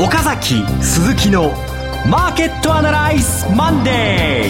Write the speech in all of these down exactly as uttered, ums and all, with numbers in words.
岡崎鈴木のマーケットアナライズマンデ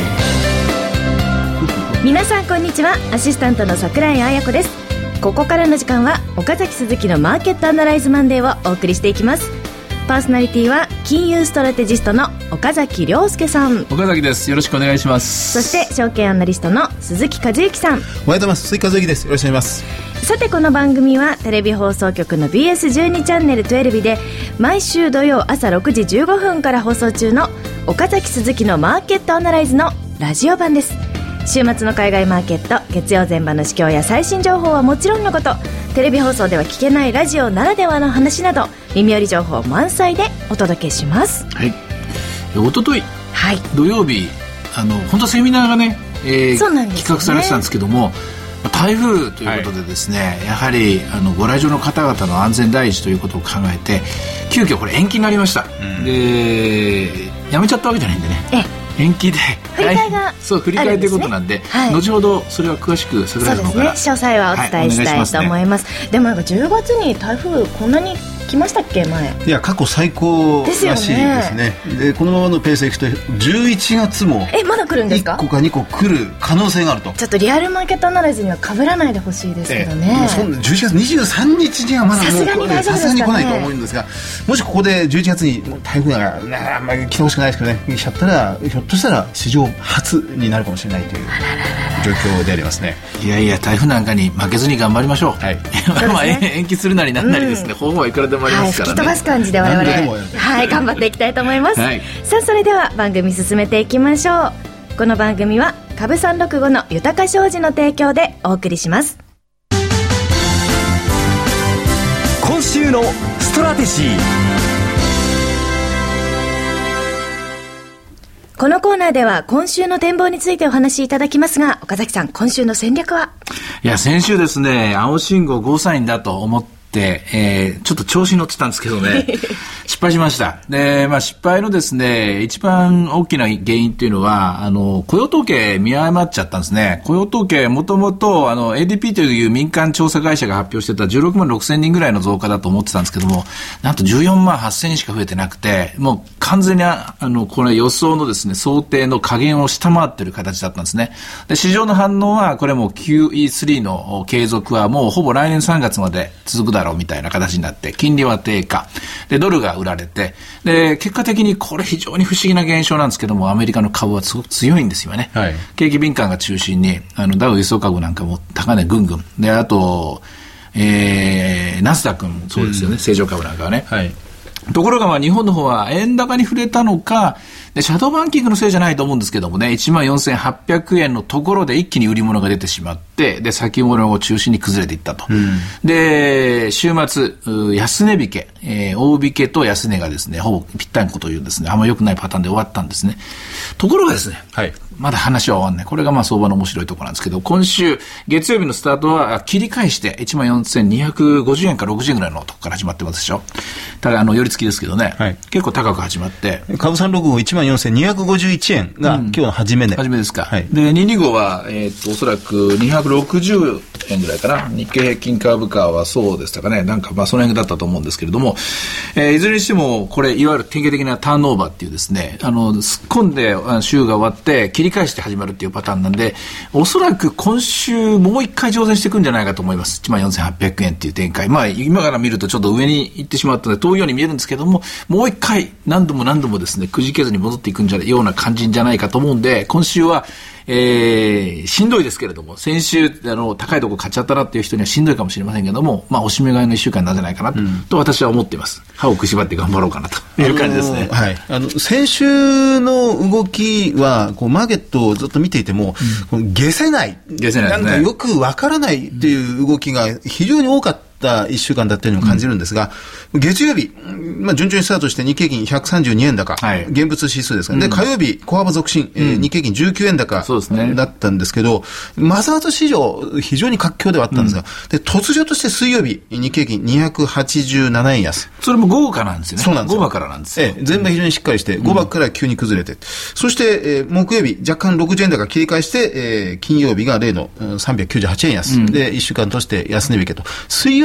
ー。皆さんこんにちは。アシスタントの桜井彩子です。ここからの時間は岡崎鈴木のマーケットアナライズマンデーをお送りしていきます。パーソナリティは金融ストラテジストの岡崎亮介さん。 岡崎です。よろしくお願いします。 そして証券アナリストの鈴木和之さん。 おはようございます。鈴木和之です。よろしくお願いします。 さてこの番組はテレビ放送局の ビーエスじゅうに チャンネルじゅうにで毎週土曜朝ろくじじゅうごふんから放送中の岡崎鈴木のマーケットアナライズのラジオ版です。週末の海外マーケット、月曜前場の市況や最新情報はもちろんのこと、テレビ放送では聞けないラジオならではの話など耳寄り情報満載でお届けします。 はい、おととい、はい、土曜日あの本当セミナーがね、えー、そうなんですね、企画されてたんですけども、台風ということでですね、はい、やはりあのご来場の方々の安全第一ということを考えて急遽これ延期になりました、うん、でやめちゃったわけじゃないんでね、え延期で振り替えが、 そう振り替えということなんで、 はい、 後ほどそれは詳しく桜井さんの方から、 そうですね、詳細はお伝えしたいと思います。はい、でもなんかじゅうがつに台風こんなに来ましたっけ前。 いや過去最高らしいですね。でこのままのペースでいくとじゅういちがつもえまだ来るんですか。 いっこかにこ来る可能性があると。 ちょっとリアルマーケットアナライズには被らないでほしいですけどね。 えそんじゅういちがつにじゅうさんにちにはまだもうさすがに大丈夫ですかね。さすがに来ないと思うんですが、もしここでじゅういちがつに台風があんまり来てほしくないですけどね、来ちゃったらひょっとしたら史上初になるかもしれないという状況でありますね。 いやいや台風なんかに負けずに頑張りましょう。はい、まあ延期するなりなんなりですね、うん、方法はいくらでもありますからね。 はい、吹き飛ばす感じで我々はい頑張っていきたいと思います。はい、さあそれでは番組進めていきましょう。この番組は株さんろくごの豊か商事の提供でお送りします。 今週のストラテジー。 このコーナーでは今週の展望についてお話しいただきますが、岡崎さん今週の戦略は。 いや先週ですね、青信号ゴーサインだと思ってでえー、ちょっと調子に乗ってたんですけどね失敗しました。で、まあ、失敗のですね一番大きな原因っていうのはあの雇用統計見誤っちゃったんですね。雇用統計もともとあの エーディーピー という民間調査会社が発表してたじゅうろくまんろくせんにんぐらいの増加だと思ってたんですけども、なんとじゅうよんまんはっせんにんしか増えてなくて、もう完全にあのこれ予想のですね想定の下限を下回っている形だったんですね。で市場の反応はこれも キューイースリー の継続はもうほぼ来年さんがつまで続くだろうみたいな形になって、金利は低下でドルが売られて、で結果的にこれ非常に不思議な現象なんですけども、アメリカの株はすごく強いんですよね。はい、景気敏感が中心にあのダウ輸送株なんかも高値ぐんぐんで、あと、えー、ナスダックもそうですよね、うん、成長株なんかはね。はい、ところがまあ日本の方は円高に触れたのか、でシャドーバンキングのせいじゃないと思うんですけどもね、いちまんよんせんはっぴゃくえんのところで一気に売り物が出てしまって、で先物を中心に崩れていったと。うん、で週末安値引け、えー、大引けと安値がですねほぼぴったんこというですねあんま良くないパターンで終わったんですね。ところがですね、はい、まだ話は終わんない。これがまあ相場の面白いところなんですけど、今週月曜日のスタートは切り返していちまんよんせんにひゃくごじゅうえんからろくじゅうえんぐらいのとこから始まってますでしょ。ただあの寄り付きですけどね、はい、結構高く始まって株さんろくごいちまんよんせんにひゃくごじゅういちえんが、うん、今日の始め値。 始めですか。はい、でにひゃくにじゅうごは、えー、っとおそらくにひゃくろくじゅうえんぐらいかな。日経平均株価はそうでしたかね、なんかまあその辺だったと思うんですけれども、えー、いずれにしてもこれいわゆる典型的なターンオーバーっていうですね、あの突っ込んで週が終わって切り返して始まるっていうパターンなんで、おそらく今週もう一回挑戦していくんじゃないかと思います。いちまんよんせんはっぴゃくえんっていう展開、まあ今から見るとちょっと上に行ってしまったので遠いように見えるんですけども、もう一回何度も何度もですねくじけずに戻っていくんじゃないような感じじゃないかと思うんで、今週はえー、しんどいですけれども、先週あの高いところ買っちゃったなっていう人にはしんどいかもしれませんけども、まあおしめ買いのいっしゅうかんなんじゃないかなと、うん、と私は思っています。歯をくしばって頑張ろうかなという感じですね。 あのーはい、あの先週の動きはこうマーケットをずっと見ていても、うん、この下せない、 下せないですね、 なんかよくわからないっていう動きが非常に多かったいっしゅうかんだったようにも感じるんですが、うん、月曜日、まあ、順調にスタートして日経平均ひゃくさんじゅうにえん高、はい、現物指数ですから、うん、で火曜日小幅続伸、うんえー、日経平均じゅうきゅうえん高だったんですけど、マザーズ市場非常に活況ではあったんですが、うん、で突如として水曜日日経平均にひゃくはちじゅうななえん安、 それも午後からなんですよね。 そうなんですよ。 午後からなんですよ。 ええ、前場非常にしっかりして午後から急に崩れて、うん、そして、えー、木曜日若干ろくじゅうえん高切り返して、えー、金曜日が例のさんびゃくきゅうじゅうはちえん安、うん、でいっしゅうかんとして安値引けと、水曜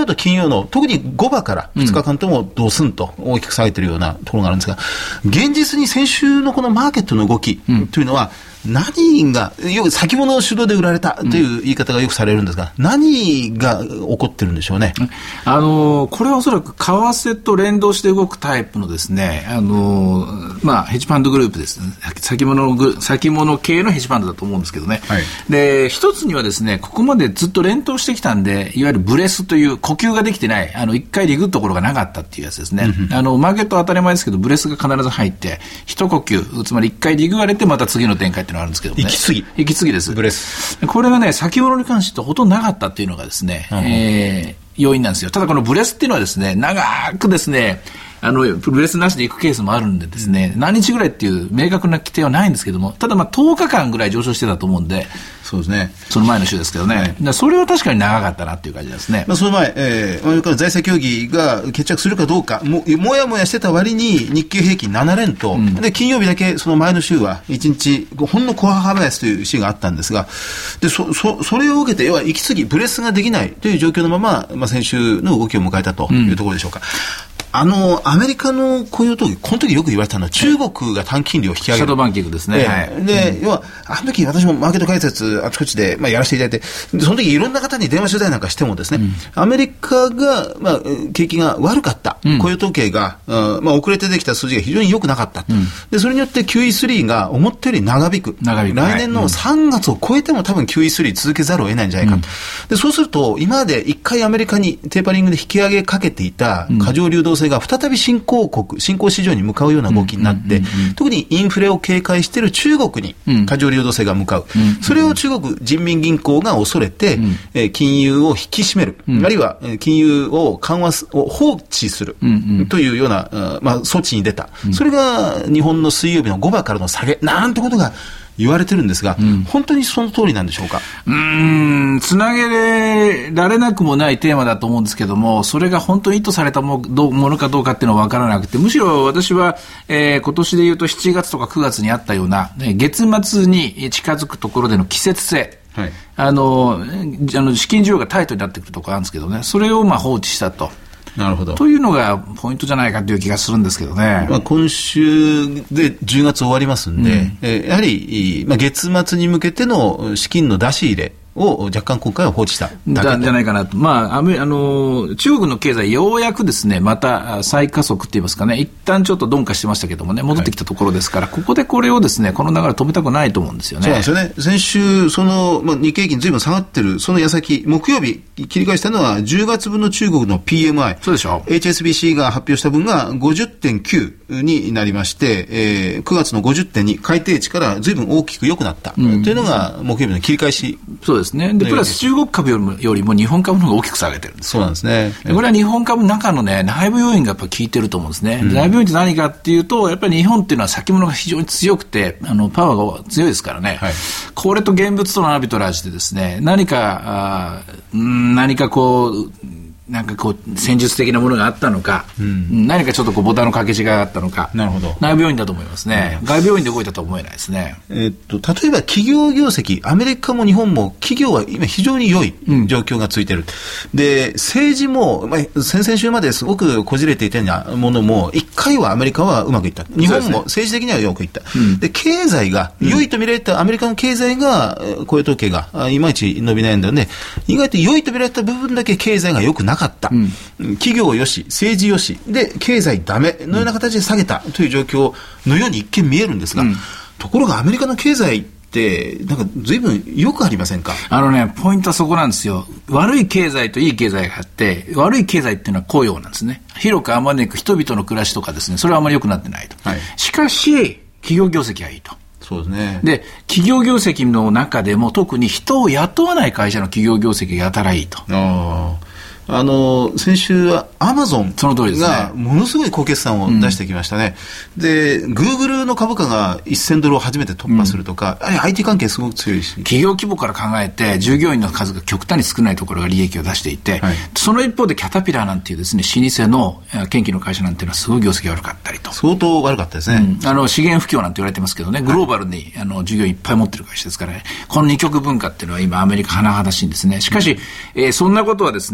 と金曜の特にごばからふつかかんともドスンと大きく下げているようなところがあるんですが、現実に先週のこのマーケットの動きというのは、何が、よく先物主導で売られたという言い方がよくされるんですが、何が起こってるんでしょうね。 あのこれはおそらく為替と連動して動くタイプのですね、あのまあ、ヘッジファンドグループですね、先物グ先物系のヘッジファンドだと思うんですけどね、はい、で一つにはですね、ここまでずっと連投してきたんで、いわゆるブレスという呼吸ができてない、あの一回リグっところがなかったっていうやつですね。うん、あのマーケットは当たり前ですけど、ブレスが必ず入って一呼吸、つまり一回リグがれてまた次の展開っていうのがあるんですけどね。 息継ぎ息継ぎです。 ブレス。 これがね、先物に関してほとんどなかったっていうのがですね、うん、えー、要因なんですよ。ただこのブレスっていうのはですね、長くですね、あのブレスなしで行くケースもあるんでですね、うん、何日ぐらいっていう明確な規定はないんですけども、ただまあとおかかんぐらい上昇してたと思うんで、 そうですね、 その前の週ですけどね、はい、それは確かに長かったなっていう感じですね。 まあ、その前、えー、アメリカの財政協議が決着するかどうか、ももやもやしてた割に日経平均なな連と、うん、で金曜日だけその前の週はいちにちほんの小幅安という週があったんですが、で そ, そ, それを受けて、要は息継ぎブレスができないという状況のまま、まあ、先週の動きを迎えたというところでしょうか。うん、あのアメリカの雇用統計、この時よく言われたのは中国が短期金利を引き上げる、 シャドーバンキングですね。 はい、で、うん、要はあの時私もマーケット解説あちこちで、まあ、やらせていただいて、その時いろんな方に電話取材なんかしてもですね、うん、アメリカが、まあ、景気が悪かった、うん、雇用統計が、うんまあ、遅れてできた数字が非常に良くなかった、うん、でそれによって キューイースリー が思ったより長引く、 長引く来年のさんがつを超えても多分 キューイースリー 続けざるを得ないんじゃないかと、うん、でそうすると今まで一回アメリカにテーパリングで引き上げかけていた過剰流動性が再び新興国、新興市場に向かうような動きになって、うんうんうん、特にインフレを警戒している中国に過剰流動性が向かう、うんうんうん、それを中国人民銀行が恐れて、うんえー、金融を引き締める、うん、あるいは金融を緩和を放置する、うんうん、というような、まあ、措置に出た、うん、それが日本の水曜日のごばからの下げなんてことが言われてるんですが、うん、本当にその通りなんでしょうか。 うーん、つなげられなくもないテーマだと思うんですけども、それが本当に意図されたものかどうかっていうのは分からなくて、むしろ私は、えー、今年でいうとしちがつとかくがつにあったような、ね、月末に近づくところでの季節性、はい、あのあの資金需要がタイトになってくるところあるんですけどね、それをまあ放置したと。 なるほど。 というのがポイントじゃないかという気がするんですけどね。 まあ、今週でじゅうがつ終わりますんで、うんえー、やはり、まあ、月末に向けての資金の出し入れを若干今回は放置しただけじゃないかなと。まあ、あの中国の経済ようやくですねまた再加速って言いますかね、一旦ちょっと鈍化してましたけどもね、戻ってきたところですから、はい、ここでこれをですねこの流れ止めたくないと思うんですよね。 そうなんですよね。先週その、まあ、日経平均ずいぶん下がってるその矢先、木曜日切り返したのはじゅうがつぶんの中国の ピーエムアイ、 そうでしょ。 エイチエスビーシー が発表した分が ごじゅってんきゅう になりまして、えー、くがつの ごじゅってんに 改定値からずいぶん大きく良くなった、うん、というのが木曜日の切り返し。 そうですね。でプラス中国株よりも、よりも日本株の方が大きく下げてるんです。 そうなんですね。 これは日本株の中のね内部要因がやっぱ効いてると思うんですね。うん、内部要因って何かっていうと、やっぱり日本っていうのは先物が非常に強くて、あのパワーが強いですからね。はい、これと現物とのアービトラージでですね、何かあ何かこうなんかこう戦術的なものがあったのか、うん、何かちょっとこうボタンの掛け違いがあったのか。 なるほど。 内部要因だと思いますね。うん、外部要因で動いたとは思えないですね。 えー、っと例えば企業業績、アメリカも日本も企業は今非常に良い状況がついている。うん、で政治も、まあ、先々週まですごくこじれていたようなものもいっかいはアメリカはうまくいった。日本も政治的にはよくいった。うん、で経済が良いと見られた、うん、アメリカの経済が雇用統計がいまいち伸びないんだよね。意外と良いと見られた部分だけ経済が良くなかった。うん企業よし、政治よし、で、経済ダメのような形で下げたという状況のように一見見えるんですが、うん、ところがアメリカの経済って、なんか随分よくありませんか？ あのね、ポイントはそこなんですよ。悪い経済といい経済があって、悪い経済っていうのは雇用なんですね。広くあまねく人々の暮らしとかですね、それはあまり良くなってないと。はい、しかし、企業業績はいいと。 そうですね。 で、企業業績の中でも特に人を雇わない会社の企業業績がやたらいいと。 ああ。あの先週はアマゾンがものすごい高決算を出してきましたね。うん、でグーグルの株価がせんドルを初めて突破するとか、うん、アイティー 関係すごく強いし、 企業規模から考えて従業員の数が極端に少ないところが利益を出していて、はい、その一方でキャタピラーなんていうですね老舗の建機の会社なんていうのはすごい業績が悪かったりと。 相当悪かったですね。 うん、あの資源不況なんて言われてますけどね、グローバルに、はい、あの従業員いっぱい持ってる会社ですから、ね、この二極文化っていうのは今アメリカ甚だしいんですね。しかし、えー、そんなことはですね、えー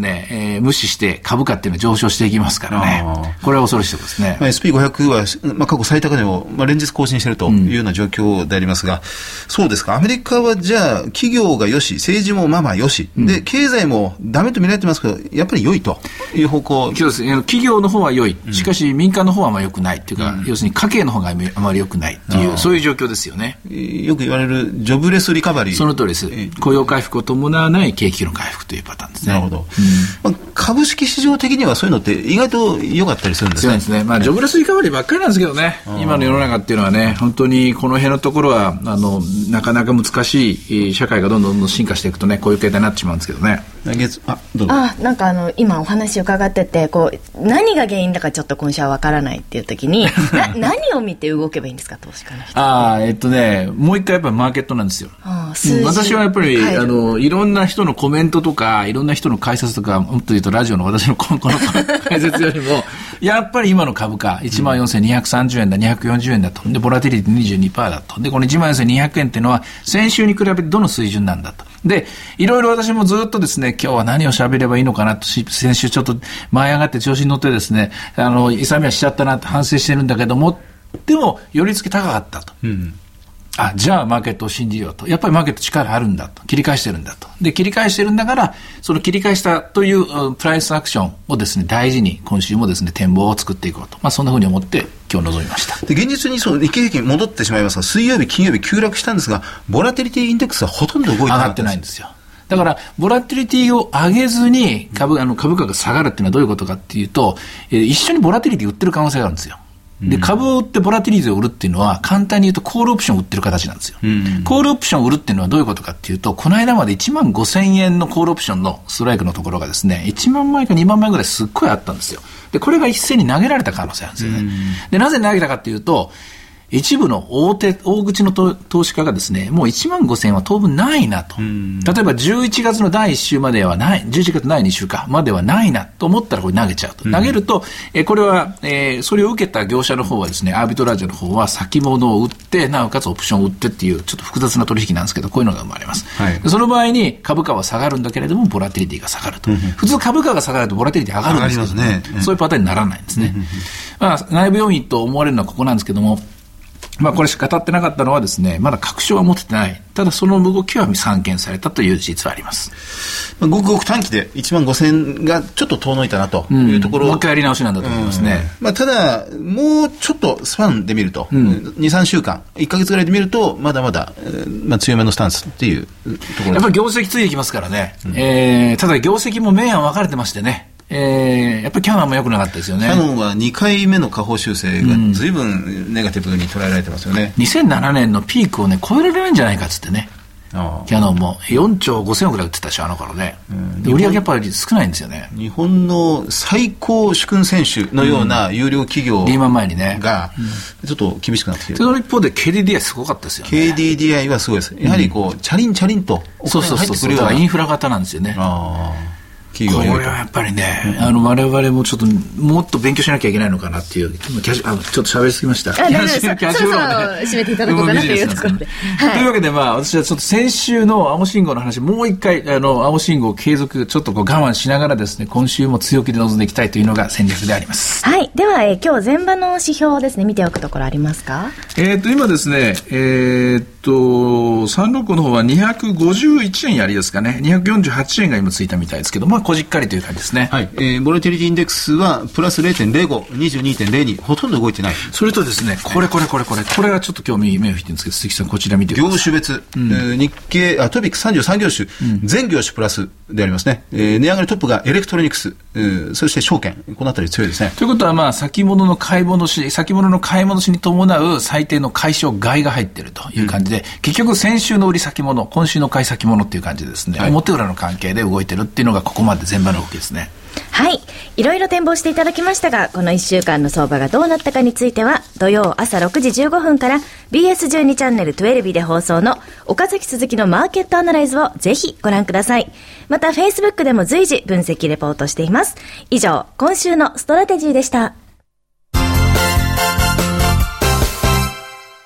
えー、無視して株価っていうのは上昇していきますからね。これは恐ろしいところですね。 まあ、エスピーごひゃく は、まあ、過去最高値を、まあ、連日更新しているというような状況でありますが、うん、そうですか。アメリカはじゃあ企業がよし、政治もまあまあよし、うん、で経済もダメと見られてますけど、やっぱり良いという方向。 そうですね。企業の方は良い。しかし民間の方はあまり良くないっていうか、うん、要するに家計の方があまり良くないっていう、そういう状況ですよね。 よく言われるジョブレスリカバリー。 その通りです。雇用回復を伴わない景気の回復というパターンですね。 なるほど。うん、まあ、株式市場的にはそういうのって意外と良かったりするんですね。 そうですね。まあジョブレスリカバリーばっかりなんですけどね。今の世の中っていうのはね、本当にこの辺のところはあのなかなか難しい社会がどんどんどんどん進化していくとね、こういう形態になってしまうんですけどね。 あ、どうぞ。あ、なんかあの今お話を伺ってて、こう何が原因だかちょっと今週は分からないっていう時にな何を見て動けばいいんですか、投資家の人。 ああ、えっとね、もう一回やっぱりマーケットなんですよ。ああ、数字、私はやっぱりあのいろんな人のコメントとかいろんな人の解説とか、もっと言うとラジオの私のこの解説よりもやっぱり今の株価いちまんよんせんにひゃくさんじゅうえんだ、にひゃくよんじゅうえんだと。でボラティリティ にじゅうにパーセント だと。でこのいちまんよんせんにひゃくえんっていうのは先週に比べてどの水準なんだと。でいろいろ私もずっとですね、今日は何を喋ればいいのかなと、先週ちょっと舞い上がって調子に乗ってですね、あの勇みはしちゃったなと反省してるんだけども、でも寄り付き高かったと、うん、あ、じゃあマーケットを信じようと。やっぱりマーケット力あるんだと。切り返してるんだと。で、切り返してるんだから、その切り返したというプライスアクションをですね、大事に今週もですね、展望を作っていこうと。まあそんなふうに思って今日臨みました。 で、現実にその日経平均戻ってしまいますが、水曜日、金曜日急落したんですが、ボラティリティインデックスはほとんど動いてなかったんです。 上がってないんですよ。だから、ボラティリティを上げずに株、あの株価が下がるっていうのはどういうことかっていうと、えー、一緒にボラティリティ売ってる可能性があるんですよ。で、株を売ってボラティリティを売るっていうのは、簡単に言うとコールオプションを売ってる形なんですよ。うん、コールオプションを売るっていうのはどういうことかっていうと、この間までいちまんごせんえんのコールオプションのストライクのところがですね、いちまんまいかにまんまいぐらいすっごいあったんですよ。で、これが一斉に投げられた可能性なんですよね。うん、で、なぜ投げたかっていうと、一部の大手、大口の投資家がですね、もういちまんごせんえんは当分ないなと。例えばじゅういちがつのだいいっ週まではない、じゅういちがつのだいに週か、まではないなと思ったらこれ投げちゃうと。投げると、えこれは、えー、それを受けた業者の方はですね、アービトラージの方は先物を売って、なおかつオプションを売ってっていう、ちょっと複雑な取引なんですけど、こういうのが生まれます。はい、その場合に株価は下がるんだけれども、ボラティリティが下がると。うん、普通株価が下がるとボラティリティ上がるんですけど、ね、ね、そういうパターンにならないんですね。まあ、内部要因と思われるのはここなんですけども、まあこれしか語ってなかったのはですね、まだ確証は持ててない。ただその動きは散見されたという事実はあります。 まあ、ごくごく短期でいちまんごせんがちょっと遠のいたなというところ、 うん、もう一回やり直しなんだと思いますね。 まあ、ただもうちょっとスパンで見ると、うん、にさんしゅうかんいっかげつぐらいで見るとまだまだ、まあ、強めのスタンスっていうところ。 やっぱり業績ついてきますからね、うん、えー、ただ業績も明暗分かれてましてね、えー、やっぱりキャノンも良くなかったですよね。 キャノンはにかいめの下方修正が随分ネガティブに捉えられてますよね。 にせんななねんのピークをね超えられないんじゃないかっつってね、あキャノンもよんちょうごせんおくぐらい売ってたし、あの頃ね、うん、売り上げやっぱり少ないんですよね。 日本の最高主君選手のような有料企業が、うん、 リーマン前にねちょっと厳しくなってきてる。 その一方で ケーディーディーアイ すごかったですよね。 ケーディーディーアイ はすごいです。やはりこう、うん、チャリンチャリンとお金が入ってくるような、 そうそうそう、だからインフラ型なんですよね。あこれはやっぱりね、うん、あの我々もちょっともっと勉強しなきゃいけないのかなっていう、キャジあのちょっと喋りすぎました。キャジキャジュアルを締めていただこうかなというところで、 はい、というわけで、まあ私はちょっと先週の青信号の話、もう一回あの青信号を継続ちょっとこう我慢しながらですね、今週も強気で臨んでいきたいというのが戦略であります。 はい。では、えー、今日前場の指標をですね見ておくところありますか。 えっと今ですね、えー、っとさんろくごの方はにひゃくごじゅういちえんやりですかね、にひゃくよんじゅうはちえんが今ついたみたいですけど、まあこじっかりという感じですね。 はい、えー、ボラティリティインデックスはプラス れいてんれいご、にじゅうにてんれいに ほとんど動いてない。 それとですね、これこれこれこれこれがちょっと今日目を引いてるんですけど、鈴木さんこちら見てください。 業種別、うんえー、日経あトピックさんじゅうさん業種、うん、全業種プラスでありますね、えー、値上がりトップがエレクトロニクス、えー、そして証券、このあたり強いですね。 ということは、まあ先物の買い戻し先物の買い戻しに伴う最低の解消買いが入っているという感じで、うん、結局先週の売り先物、今週の買い先物っていう感じでですね、はい、表裏の関係で動いてるっていうのがここまで全場の動きですね。 はい。いろいろ展望していただきましたが、このいっしゅうかんの相場がどうなったかについては、土曜朝ろくじじゅうごふんから ビーエスじゅうに チャンネルじゅうにで放送の岡崎鈴木のマーケットアナライズをぜひご覧ください。また Facebook でも随時分析レポートしています。以上、今週のストラテジーでした。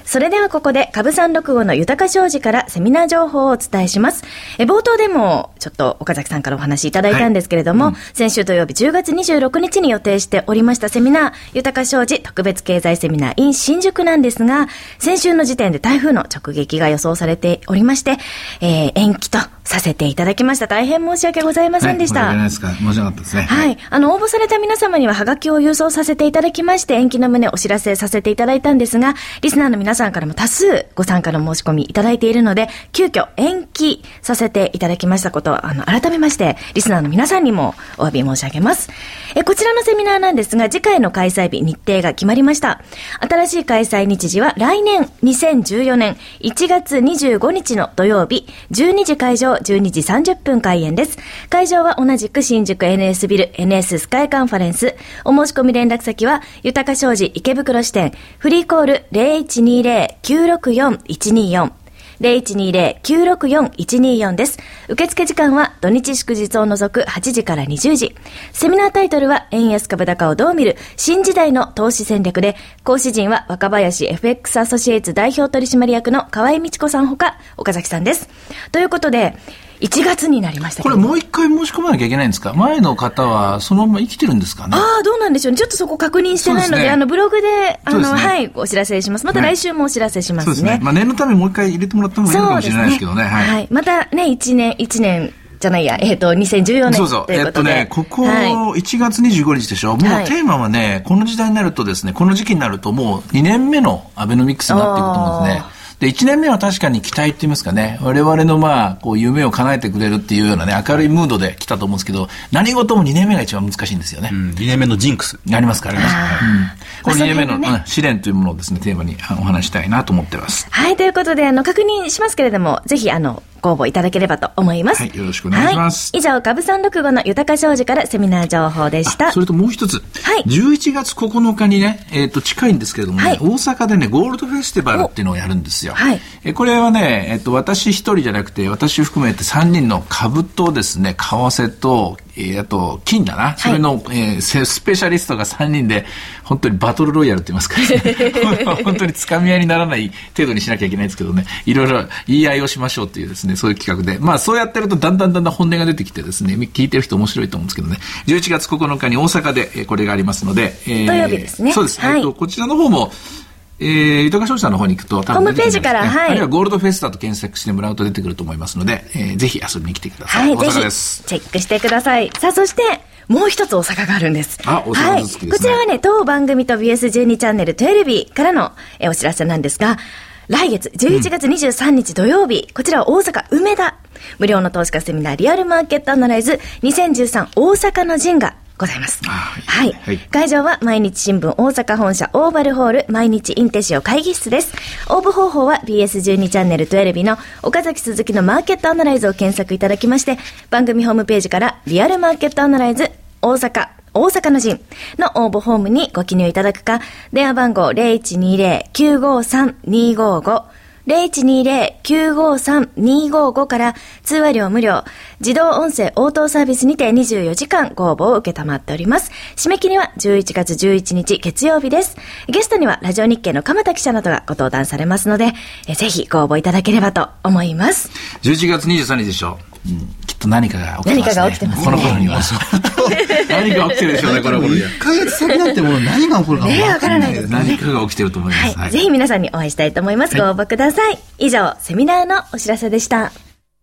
それではここで株さんろくごの豊商事からセミナー情報をお伝えします。え冒頭でもちょっと岡崎さんからお話いただいたんですけれども、はいうん、先週土曜日じゅうがつにじゅうろくにちに予定しておりましたセミナー豊商事特別経済セミナー in 新宿なんですが、先週の時点で台風の直撃が予想されておりまして、えー、延期とさせていただきました。大変申し訳ございませんでした。 はい、申し訳ないですか。申し訳なかったですね。 はい。あの、応募された皆様にはハガキを郵送させていただきまして、延期の旨お知らせさせていただいたんですが、リスナーの皆さんからも多数ご参加の申し込みいただいているので、急遽延期させていただきましたことを、あの、改めまして、リスナーの皆さんにもお詫び申し上げます。え、こちらのセミナーなんですが、次回の開催日、日程が決まりました。新しい開催日時は来年にせんじゅうよねんいちがつにじゅうごにちの土曜日、じゅうにじ開場、じゅうにじさんじゅっぷん開演です。会場は同じく新宿 エヌエス ビル エヌエス スカイカンファレンス。お申し込み連絡先は豊商事池袋支店、フリーコール ゼロいちにゼロ きゅうろくよん いちによん ゼロいちにゼロ きゅうろくよん いちによん です。受付時間は土日祝日を除くはちじからにじゅうじ。セミナータイトルは円安株高をどう見る新時代の投資戦略で、講師陣は若林 エフエックス アソシエイツ代表取締役の河合美智子さんほか岡崎さんです。ということでいちがつになりましたけど、 これもう一回申し込まなきゃいけないんですか？前の方はそのまま生きてるんですかね？ ああ、どうなんでしょうね。ちょっとそこ確認してないので、でね、あのブログであの、ね、はい、お知らせします。また来週もお知らせしますね。 そうですね。まあ念のためもう一回入れてもらった方がいいのかもしれないですけどね。はい、 はい。またね、一年一年じゃないや、えっ、ー、とにせんじゅうよねんそうそうということで、 えっ、ー、とね、ここいちがつにじゅうごにちでしょ。はい、もうテーマはね、この時代になるとですね、この時期になるともうにねんめのアベノミクスになっていくと思うんですね。で、いちねんめは確かに期待って言いますかね、我々のまあ、こう夢を叶えてくれるっていうようなね、明るいムードで来たと思うんですけど、何事もにねんめが一番難しいんですよね。うん、 にねんめのジンクス。 ありますか、ありますか。うん、このにねんめの、ねうん、試練というものをですね、テーマにお話したいなと思ってます。 はい、ということで、あの、確認しますけれども、ぜひ、あの、ご応募いただければと思います。 はい、よろしくお願いします。 はい、以上、株さんろくごの豊商事からセミナー情報でした。 それともう一つ。はい。じゅういちがつここのかにね、えっ、ー、と、近いんですけれどもね、はい、大阪でね、ゴールドフェスティバルっていうのをやるんですよ。はい。えこれはね、えっ、ー、と、私一人じゃなくて、私含めてさんにんの株とですね、為替と、えー、あと、金だな。それの、はい、えー、スペシャリストがさんにんで、本当にバトルロイヤルって言いますか、ね、本当につかみ合いにならない程度にしなきゃいけないんですけどね、いろいろ言い合いをしましょうっていうですね、そういう企画で、まあそうやってるとだんだんだんだん本音が出てきてですね、聞いてる人面白いと思うんですけどね、じゅういちがつここのかに大阪で、えー、これがありますので、 えー、土曜日ですね。 そうです。はい、えっと、こちらの方も、えー、豊商事さんの方に行くと多分ホームページから、はい、 あるいはゴールドフェスタと検索してもらうと出てくると思いますので、えー、ぜひ遊びに来てください。 はい、大阪です。チェックしてください。さあ、そしてもう一つ大阪があるんです。 あ、大阪好きですね。 はい、こちらはね、当番組と ビーエスじゅうに チャンネルじゅうにからの、えー、お知らせなんですが、来月じゅういちがつにじゅうさんにち土曜日、うん、こちらは大阪梅田無料の投資家セミナーリアルマーケットアナライズにせんじゅうさん大阪の陣がございます。はい、はい。会場は毎日新聞大阪本社オーバルホール毎日インテシオ会議室です。応募方法は ビーエスじゅうに チャンネルじゅうにの岡崎鈴木のマーケットアナライズを検索いただきまして、番組ホームページからリアルマーケットアナライズ大阪大阪の陣の応募フォームにご記入いただくか、電話番号 ゼロいちにゼロ きゅうごさん にごご ゼロいちにゼロ きゅうごさん にごご から通話料無料自動音声応答サービスにてにじゅうよじかんご応募を受けたまっております。締め切りはじゅういちがつじゅういちにち月曜日です。ゲストにはラジオ日経の鎌田記者などがご登壇されますので、えぜひご応募いただければと思います。 じゅういちがつにじゅうさんにちでしょう、うん、きっと何かが起きてますね。 何かが起きてますね。 この頃には何が起きてるでしょうね。この頃にはいっかげつ先なんてもう何が起こるか分からないですね。 何かが起きてると思います。 はいはい、ぜひ皆さんにお会いしたいと思います。ご応募ください。はい、以上セミナーのお知らせでした。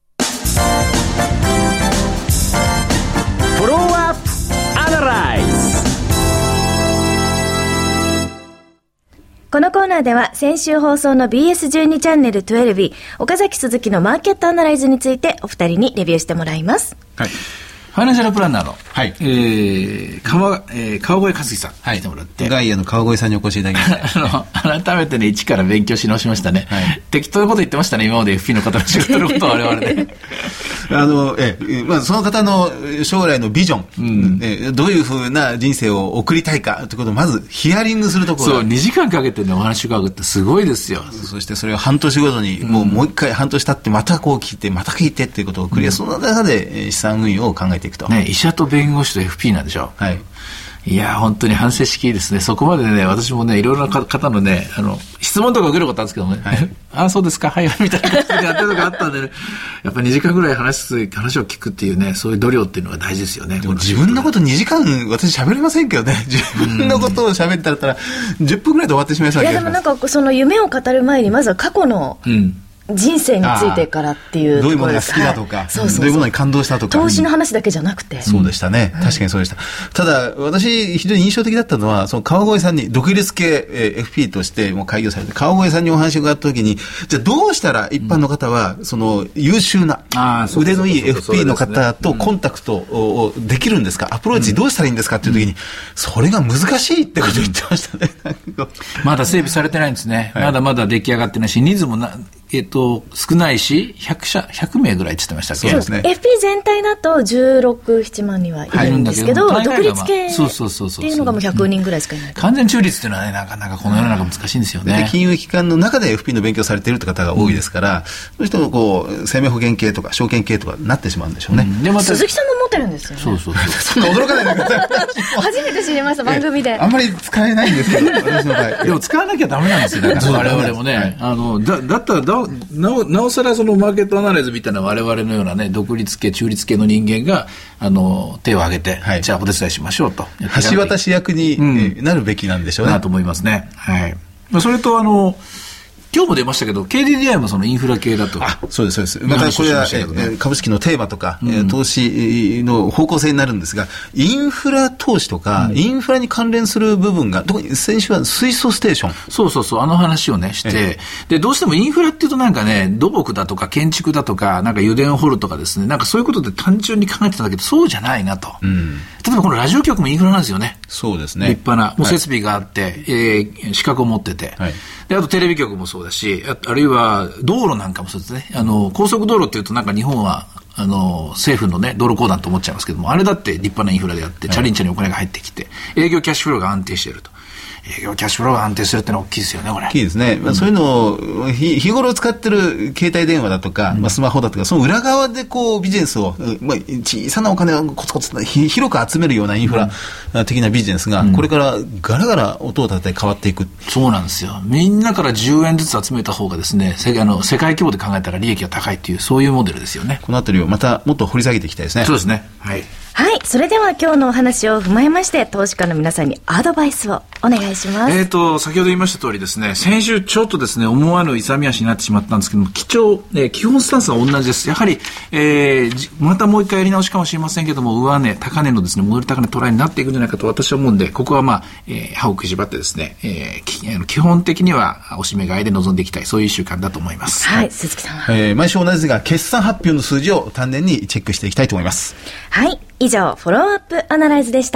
フォローアップアナライズ。 このコーナーでは先週放送の ビーエスじゅうに チャンネルじゅうに岡崎鈴木のマーケットアナライズについてお二人にレビューしてもらいます。 はい。ファイナンシャルプランナーの、はい、えー、川、えー、川越和樹さん、はい、来てもらって。 ガイアの川越さんにお越しいただきました。 あの、改めてね、一から勉強し直しましたね。はい、適当なこと言ってましたね、今まで エフピー の方の仕事のことを我々で。 あの、え、まあ、その方の将来のビジョン、うん、えどういうふうな人生を送りたいかということをまずヒアリングするところ。 そう、にじかんかけてね、お話伺うってすごいですよ。 そしてそれを半年ごとに、もう、もう一回半年経ってまたこう聞いて、また聞いてっていうことをクリア、うん、その中で資産運用を考えていくと。 ね、医者と弁護士と エフピー なんでしょ。はい。いや本当に反省しきですね。そこまでね、私もね、いろいろな方のね、あの質問とか受けることあるんですけどね。はい、ああ、そうですか、はい、みたいな感じでやってるとかあったんで、ね、やっぱりにじかんぐらい話す、話を聞くっていうね、そういう度量っていうのが大事ですよね。 でも自分のことにじかん、私喋れませんけどね。自分のことを喋ったら、じゅっぷんぐらいで終わってしまいそうな気がします。 いや、でもなんか、その夢を語る前に、まずは過去の、うん人生についてからっていうどういうものが好きだとか、はい、そうそうそう、どういうものに感動したとか、 投資の話だけじゃなくて、 そうでしたね、確かにそうでした。ただ私非常に印象的だったのは、その川越さんに独立系 エフピー としてもう開業されて、川越さんにお話があった時に、じゃあどうしたら一般の方はその優秀な腕のいい エフピー の方とコンタクトをできるんですか、アプローチどうしたらいいんですかっていう時に、それが難しいってことを言ってましたね。 まだ整備されてないんですね、はい、まだまだ出来上がってないし、人数もなえっと、少ないし、ひゃくしゃ、ひゃくめいぐらいって言ってましたっけ。 そうですね。エフピー 全体だとじゅうろく、ななまんにはいるんですけど、独立系っていうのがもうひゃくにんぐらいしかいない。 完全中立っていうのはね、なかなかこの世の中難しいんですよね。 金融機関の中で エフピー の勉強されているって方が多いですから、うん、そういう人もこう、生命保険系とか証券系とかなってしまうんでしょうね。うん、 でまた鈴木さんも持ってるんですよね。 そうそうそう。 そんな驚かないでください。 初めて知りました、番組で。 あんまり使えないんですけど、私の場合。 でも使わなきゃダメなんですよ、だから我々もね。はい、あの、だ、だったらだ、なお、なおさらそのマーケットアナライズみたいな我々のようなね、独立系、中立系の人間が、あの、手を挙げて、はい、じゃあお手伝いしましょうと。 橋渡し役に、うん、なるべきなんでしょうね。 なと思いますね。はい。それとあの、今日も出ましたけど ケーディーディーアイ もそのインフラ系だと。 あ、そうですそうです。またこれは、ね、株式のテーマとか、うん、投資の方向性になるんですが、インフラ投資とか、うん、インフラに関連する部分が特に先週は水素ステーション、 そうそうそう、あの話をねして、でどうしてもインフラっていうとなんかね、土木だとか建築だとかなんか油田を掘るとかですね、なんかそういうことで単純に考えてたんだけど、そうじゃないなと、うん、例えばこのラジオ局もインフラなんですよね。 そうですね。 立派なもう設備があって、はい、えー、資格を持ってて、はい、であとテレビ局もそうだし、あ, あるいは道路なんかもそうですね。あの高速道路っていうとなんか日本はあの政府のね道路公団と思っちゃいますけども、あれだって立派なインフラであって、はい、チャリンチャリンお金が入ってきて営業キャッシュフローが安定していると。営業キャッシュフローが安定するってのは大きいですよね、これ。 大きいですね。まあ、そういうのを日、日頃使ってる携帯電話だとか、うん、まあ、スマホだとか、その裏側でこうビジネスを、まあ、小さなお金をコツコツ広く集めるようなインフラ的なビジネスが、これからガラガラ音を立てて変わっていく、うん。 そうなんですよ。みんなからじゅうえんずつ集めた方がですね、世, あの世界規模で考えたら利益が高いっていう、そういうモデルですよね。 このあたりをまたもっと掘り下げていきたいですね。 そうですね。はい。 はい、それでは今日のお話を踏まえまして、投資家の皆さんにアドバイスをお願いします。 えーと、先ほど言いました通りですね、先週ちょっとですね、思わぬ勇み足になってしまったんですけども、基調、えー、基本スタンスは同じです。やはり、えー、またもう一回やり直しかもしれませんけども、上値、高値のですね、戻り高値トライになっていくんじゃないかと私は思うんで、ここはまあ、えー、歯をくじばってですね、えー、基本的にはおしめ買いで臨んでいきたい、そういう一週間だと思います。 はい、はい、鈴木さんは、 えー、毎週同じですが、決算発表の数字を丹念にチェックしていきたいと思います。 はい、以上フォローアップアナライズでした。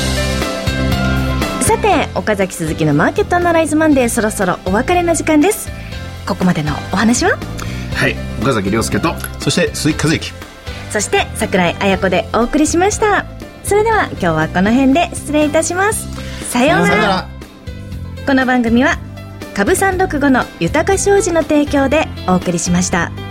さて、岡崎鈴木のマーケットアナライズマンデー、そろそろお別れの時間です。ここまでのお話は、 はい、岡崎亮介と、 そして鈴木和之、 そして櫻井彩子でお送りしました。それでは今日はこの辺で失礼いたします。さようなら。さようなら。この番組は株さんろくごの豊か商事の提供でお送りしました。